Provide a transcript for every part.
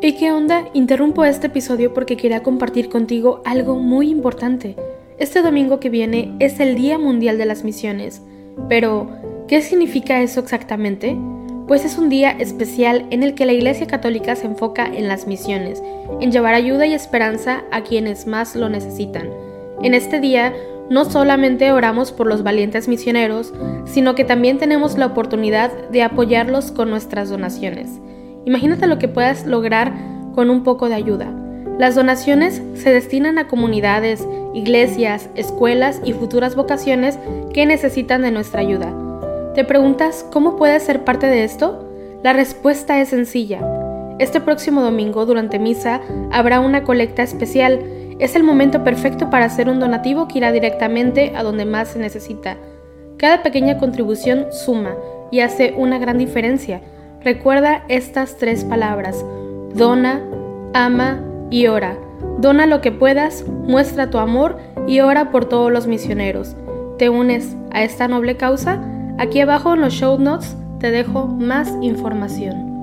¿Y qué onda? Interrumpo este episodio porque quería compartir contigo algo muy importante. Este domingo que viene es el Día Mundial de las Misiones. Pero, ¿qué significa eso exactamente? Pues es un día especial en el que la Iglesia Católica se enfoca en las misiones, en llevar ayuda y esperanza a quienes más lo necesitan. En este día, no solamente oramos por los valientes misioneros, sino que también tenemos la oportunidad de apoyarlos con nuestras donaciones. Imagínate lo que puedas lograr con un poco de ayuda. Las donaciones se destinan a comunidades, iglesias, escuelas y futuras vocaciones que necesitan de nuestra ayuda. ¿Te preguntas cómo puedes ser parte de esto? La respuesta es sencilla. Este próximo domingo, durante misa, habrá una colecta especial. Es el momento perfecto para hacer un donativo que irá directamente a donde más se necesita. Cada pequeña contribución suma y hace una gran diferencia. Recuerda estas 3 palabras: dona, ama y ora. Dona lo que puedas, muestra tu amor y ora por todos los misioneros. ¿Te unes a esta noble causa? Aquí abajo en los show notes te dejo más información.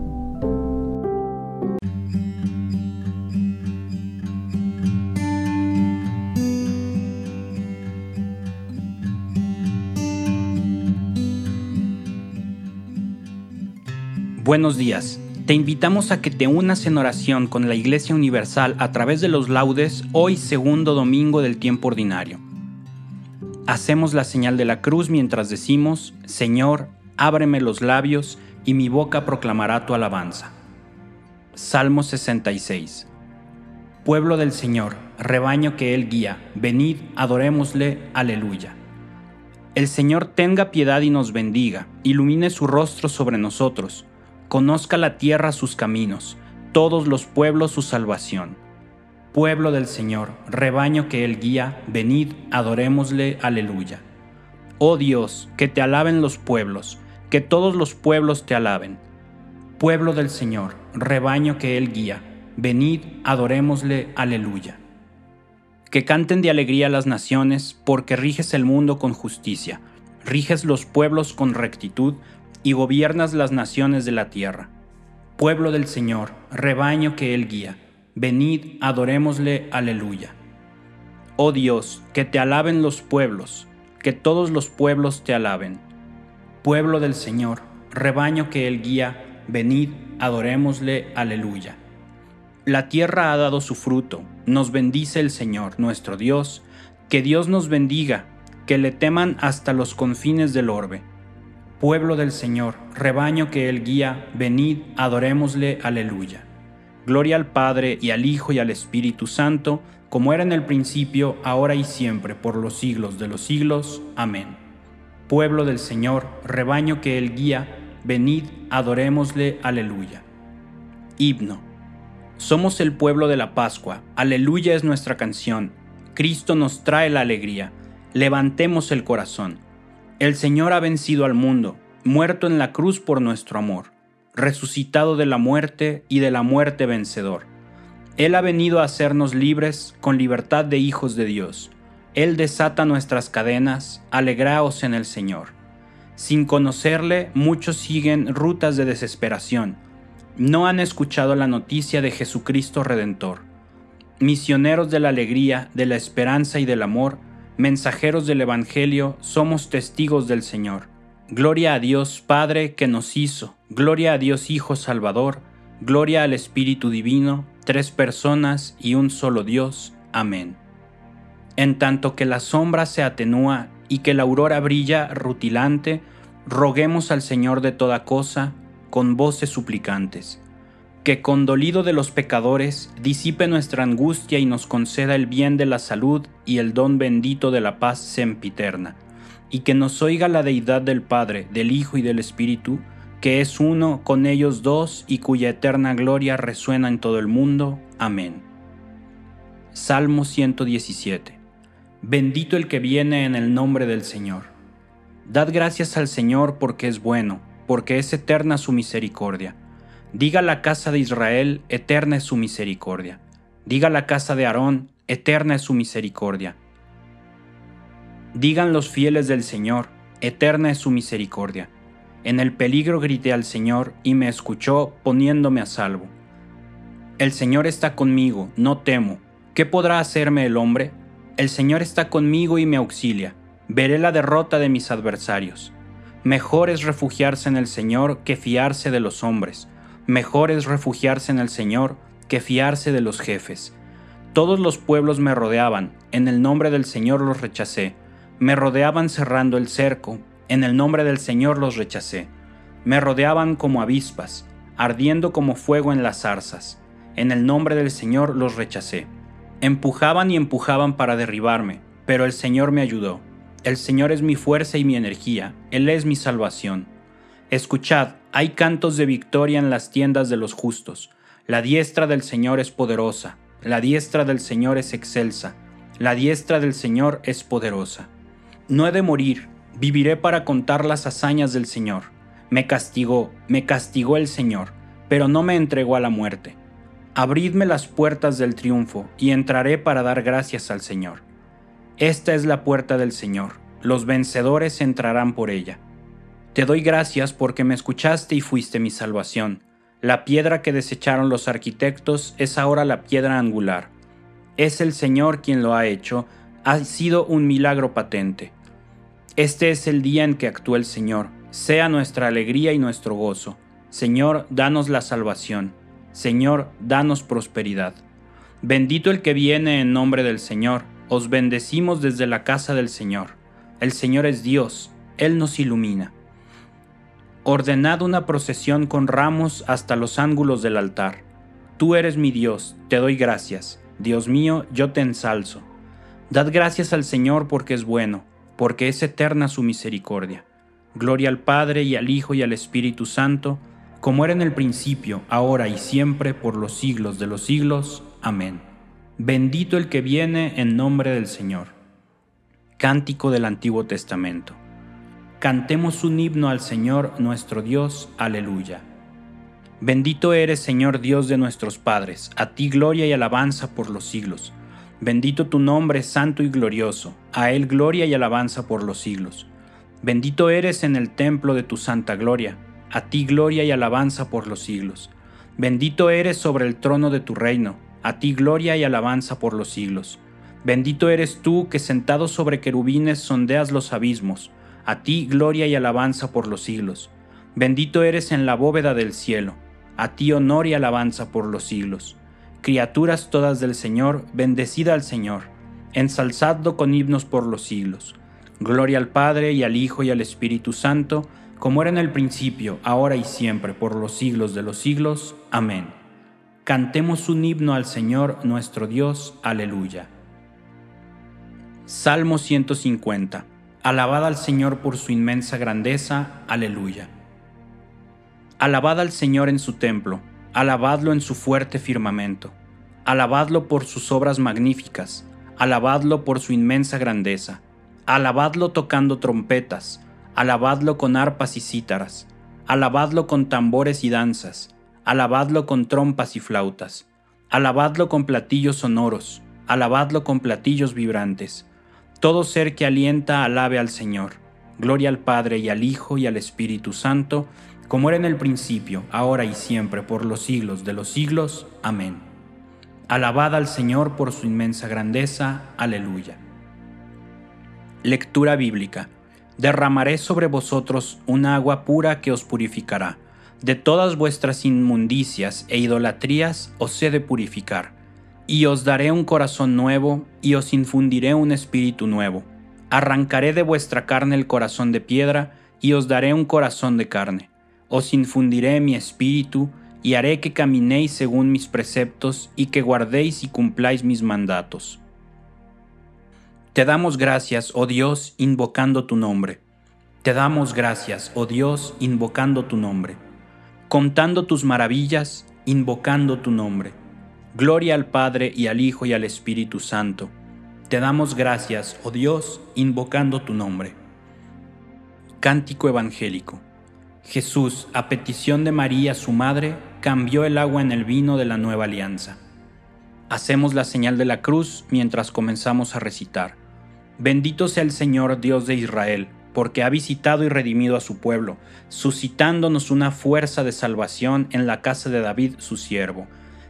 Buenos días. Te invitamos a que te unas en oración con la Iglesia Universal a través de los laudes hoy, segundo domingo del tiempo ordinario. Hacemos la señal de la cruz mientras decimos: Señor, ábreme los labios y mi boca proclamará tu alabanza. Salmo 66. Pueblo del Señor, rebaño que Él guía, venid, adorémosle, aleluya. El Señor tenga piedad y nos bendiga, ilumine su rostro sobre nosotros. Conozca la tierra sus caminos, todos los pueblos su salvación. Pueblo del Señor, rebaño que Él guía, venid, adorémosle, aleluya. Oh Dios, que te alaben los pueblos, que todos los pueblos te alaben. Pueblo del Señor, rebaño que Él guía, venid, adorémosle, aleluya. Que canten de alegría las naciones, porque riges el mundo con justicia, riges los pueblos con rectitud, y gobiernas las naciones de la tierra. Pueblo del Señor, rebaño que Él guía, venid, adorémosle, aleluya. Oh Dios, que te alaben los pueblos, que todos los pueblos te alaben. Pueblo del Señor, rebaño que Él guía, venid, adorémosle, aleluya. La tierra ha dado su fruto, nos bendice el Señor, nuestro Dios, que Dios nos bendiga, que le teman hasta los confines del orbe. Pueblo del Señor, rebaño que Él guía, venid, adorémosle, aleluya. Gloria al Padre, y al Hijo, y al Espíritu Santo, como era en el principio, ahora y siempre, por los siglos de los siglos. Amén. Pueblo del Señor, rebaño que Él guía, venid, adorémosle, aleluya. Himno. Somos el pueblo de la Pascua, aleluya es nuestra canción. Cristo nos trae la alegría, levantemos el corazón. El Señor ha vencido al mundo, muerto en la cruz por nuestro amor, resucitado de la muerte y de la muerte vencedor. Él ha venido a hacernos libres con libertad de hijos de Dios. Él desata nuestras cadenas, alegraos en el Señor. Sin conocerle, muchos siguen rutas de desesperación. No han escuchado la noticia de Jesucristo Redentor. Misioneros de la alegría, de la esperanza y del amor, mensajeros del Evangelio, somos testigos del Señor. Gloria a Dios Padre que nos hizo, gloria a Dios Hijo Salvador, gloria al Espíritu Divino, 3 personas y un solo Dios. Amén. En tanto que la sombra se atenúa y que la aurora brilla rutilante, roguemos al Señor de toda cosa, con voces suplicantes. Que condolido de los pecadores, disipe nuestra angustia y nos conceda el bien de la salud y el don bendito de la paz sempiterna, y que nos oiga la deidad del Padre, del Hijo y del Espíritu, que es uno con ellos dos y cuya eterna gloria resuena en todo el mundo. Amén. Salmo 117. Bendito el que viene en el nombre del Señor. Dad gracias al Señor porque es bueno, porque es eterna su misericordia. Diga la casa de Israel, eterna es su misericordia. Diga la casa de Aarón, eterna es su misericordia. Digan los fieles del Señor, eterna es su misericordia. En el peligro grité al Señor y me escuchó poniéndome a salvo. El Señor está conmigo, no temo. ¿Qué podrá hacerme el hombre? El Señor está conmigo y me auxilia. Veré la derrota de mis adversarios. Mejor es refugiarse en el Señor que fiarse de los hombres. Mejor es refugiarse en el Señor que fiarse de los jefes. Todos los pueblos me rodeaban, en el nombre del Señor los rechacé. Me rodeaban cerrando el cerco, en el nombre del Señor los rechacé. Me rodeaban como avispas, ardiendo como fuego en las zarzas. En el nombre del Señor los rechacé. Empujaban y empujaban para derribarme, pero el Señor me ayudó. El Señor es mi fuerza y mi energía, Él es mi salvación. Escuchad, hay cantos de victoria en las tiendas de los justos. La diestra del Señor es poderosa, la diestra del Señor es excelsa, la diestra del Señor es poderosa. No he de morir, viviré para contar las hazañas del Señor. Me castigó el Señor, pero no me entregó a la muerte. Abridme las puertas del triunfo, y entraré para dar gracias al Señor. Esta es la puerta del Señor, los vencedores entrarán por ella. Te doy gracias porque me escuchaste y fuiste mi salvación. La piedra que desecharon los arquitectos es ahora la piedra angular. Es el Señor quien lo ha hecho, ha sido un milagro patente. Este es el día en que actúa el Señor, sea nuestra alegría y nuestro gozo. Señor, danos la salvación. Señor, danos prosperidad. Bendito el que viene en nombre del Señor. Os bendecimos desde la casa del Señor. El Señor es Dios, Él nos ilumina. Ordenad una procesión con ramos hasta los ángulos del altar. Tú eres mi Dios, te doy gracias. Dios mío, yo te ensalzo. Dad gracias al Señor porque es bueno, porque es eterna su misericordia. Gloria al Padre y al Hijo y al Espíritu Santo, como era en el principio, ahora y siempre, por los siglos de los siglos. Amén. Bendito el que viene en nombre del Señor. Cántico del Antiguo Testamento. Cantemos un himno al Señor nuestro Dios. Aleluya. Bendito eres, Señor Dios de nuestros padres, a ti gloria y alabanza por los siglos. Bendito tu nombre santo y glorioso, a Él gloria y alabanza por los siglos. Bendito eres en el templo de tu santa gloria, a ti gloria y alabanza por los siglos. Bendito eres sobre el trono de tu reino, a ti gloria y alabanza por los siglos. Bendito eres tú que sentado sobre querubines sondeas los abismos, a ti gloria y alabanza por los siglos. Bendito eres en la bóveda del cielo, a ti honor y alabanza por los siglos. Criaturas todas del Señor, bendecida al Señor, ensalzadlo con himnos por los siglos. Gloria al Padre y al Hijo y al Espíritu Santo, como era en el principio, ahora y siempre, por los siglos de los siglos. Amén. Cantemos un himno al Señor nuestro Dios. Aleluya. Salmo 150. Alabad al Señor por su inmensa grandeza. Aleluya. Alabad al Señor en su templo, alabadlo en su fuerte firmamento. Alabadlo por sus obras magníficas, alabadlo por su inmensa grandeza. Alabadlo tocando trompetas, alabadlo con arpas y cítaras, alabadlo con tambores y danzas, alabadlo con trompas y flautas, alabadlo con platillos sonoros, alabadlo con platillos vibrantes. Todo ser que alienta alabe al Señor. Gloria al Padre y al Hijo y al Espíritu Santo, como era en el principio, ahora y siempre, por los siglos de los siglos. Amén. Alabad al Señor por su inmensa grandeza. Aleluya. Lectura bíblica. Derramaré sobre vosotros un agua pura que os purificará. De todas vuestras inmundicias e idolatrías os he de purificar. Y os daré un corazón nuevo, y os infundiré un espíritu nuevo. Arrancaré de vuestra carne el corazón de piedra, y os daré un corazón de carne. Os infundiré mi espíritu, y haré que caminéis según mis preceptos, y que guardéis y cumpláis mis mandatos. Te damos gracias, oh Dios, invocando tu nombre. Te damos gracias, oh Dios, invocando tu nombre. Contando tus maravillas, invocando tu nombre. Gloria al Padre y al Hijo y al Espíritu Santo. Te damos gracias, oh Dios, invocando tu nombre. Cántico evangélico. Jesús, a petición de María, su madre, cambió el agua en el vino de la nueva alianza. Hacemos la señal de la cruz mientras comenzamos a recitar. Bendito sea el Señor, Dios de Israel, porque ha visitado y redimido a su pueblo, suscitándonos una fuerza de salvación en la casa de David, su siervo.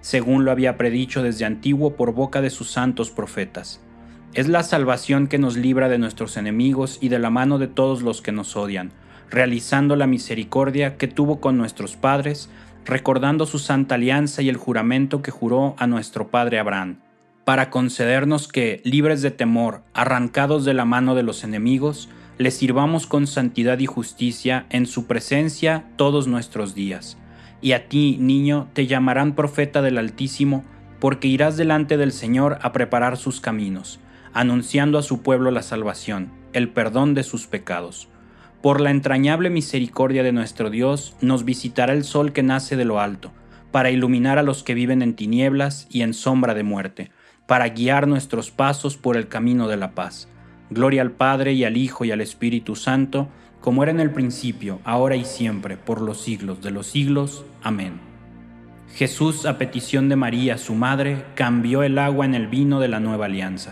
según lo había predicho desde antiguo por boca de sus santos profetas. Es la salvación que nos libra de nuestros enemigos y de la mano de todos los que nos odian, realizando la misericordia que tuvo con nuestros padres, recordando su santa alianza y el juramento que juró a nuestro padre Abraham, para concedernos que, libres de temor, arrancados de la mano de los enemigos, le sirvamos con santidad y justicia en su presencia todos nuestros días. Y a ti, niño, te llamarán profeta del Altísimo, porque irás delante del Señor a preparar sus caminos, anunciando a su pueblo la salvación, el perdón de sus pecados. Por la entrañable misericordia de nuestro Dios, nos visitará el sol que nace de lo alto, para iluminar a los que viven en tinieblas y en sombra de muerte, para guiar nuestros pasos por el camino de la paz. Gloria al Padre y al Hijo y al Espíritu Santo, como era en el principio, ahora y siempre, por los siglos de los siglos. Amén. Jesús, a petición de María, su madre, cambió el agua en el vino de la nueva alianza.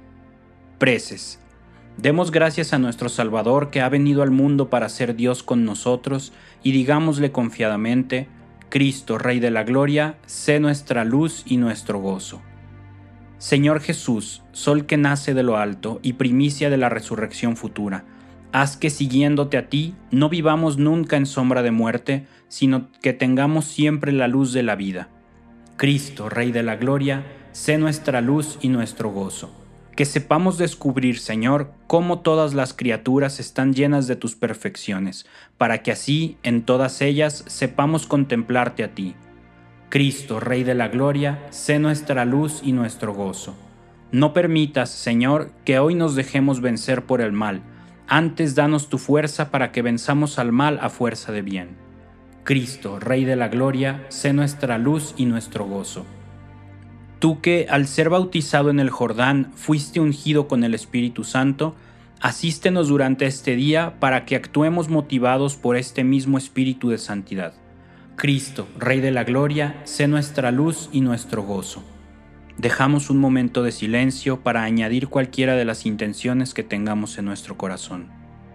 Preces. Demos gracias a nuestro Salvador que ha venido al mundo para ser Dios con nosotros y digámosle confiadamente: Cristo, Rey de la Gloria, sé nuestra luz y nuestro gozo. Señor Jesús, sol que nace de lo alto y primicia de la resurrección futura, haz que siguiéndote a ti no vivamos nunca en sombra de muerte, sino que tengamos siempre la luz de la vida. Cristo, Rey de la Gloria, sé nuestra luz y nuestro gozo. Que sepamos descubrir, Señor, cómo todas las criaturas están llenas de tus perfecciones, para que así, en todas ellas, sepamos contemplarte a ti. Cristo, Rey de la Gloria, sé nuestra luz y nuestro gozo. No permitas, Señor, que hoy nos dejemos vencer por el mal, antes danos tu fuerza para que venzamos al mal a fuerza de bien. Cristo, Rey de la Gloria, sé nuestra luz y nuestro gozo. Tú que, al ser bautizado en el Jordán, fuiste ungido con el Espíritu Santo, asístenos durante este día para que actuemos motivados por este mismo Espíritu de santidad. Cristo, Rey de la Gloria, sé nuestra luz y nuestro gozo. Dejamos un momento de silencio para añadir cualquiera de las intenciones que tengamos en nuestro corazón.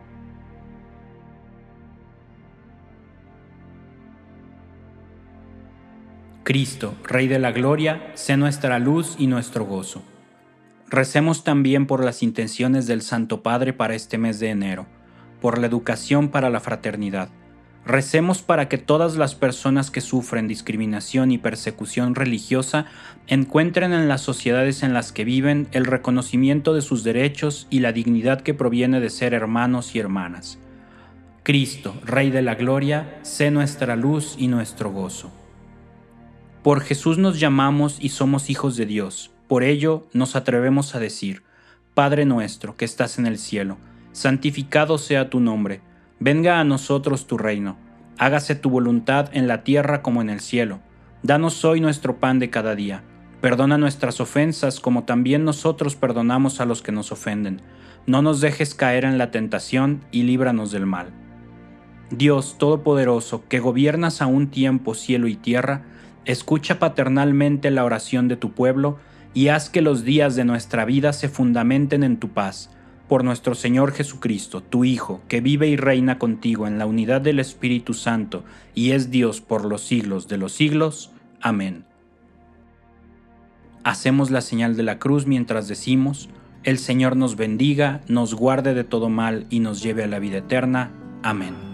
Cristo, Rey de la Gloria, sé nuestra luz y nuestro gozo. Recemos también por las intenciones del Santo Padre para este mes de enero, por la educación para la fraternidad. Recemos para que todas las personas que sufren discriminación y persecución religiosa encuentren en las sociedades en las que viven el reconocimiento de sus derechos y la dignidad que proviene de ser hermanos y hermanas. Cristo, Rey de la Gloria, sé nuestra luz y nuestro gozo. Por Jesús nos llamamos y somos hijos de Dios. Por ello nos atrevemos a decir: Padre nuestro que estás en el cielo, santificado sea tu nombre. Venga a nosotros tu reino. Hágase tu voluntad en la tierra como en el cielo. Danos hoy nuestro pan de cada día. Perdona nuestras ofensas como también nosotros perdonamos a los que nos ofenden. No nos dejes caer en la tentación y líbranos del mal. Dios Todopoderoso, que gobiernas a un tiempo cielo y tierra, escucha paternalmente la oración de tu pueblo y haz que los días de nuestra vida se fundamenten en tu paz. Por nuestro Señor Jesucristo, tu Hijo, que vive y reina contigo en la unidad del Espíritu Santo y es Dios por los siglos de los siglos. Amén. Hacemos la señal de la cruz mientras decimos: El Señor nos bendiga, nos guarde de todo mal y nos lleve a la vida eterna. Amén.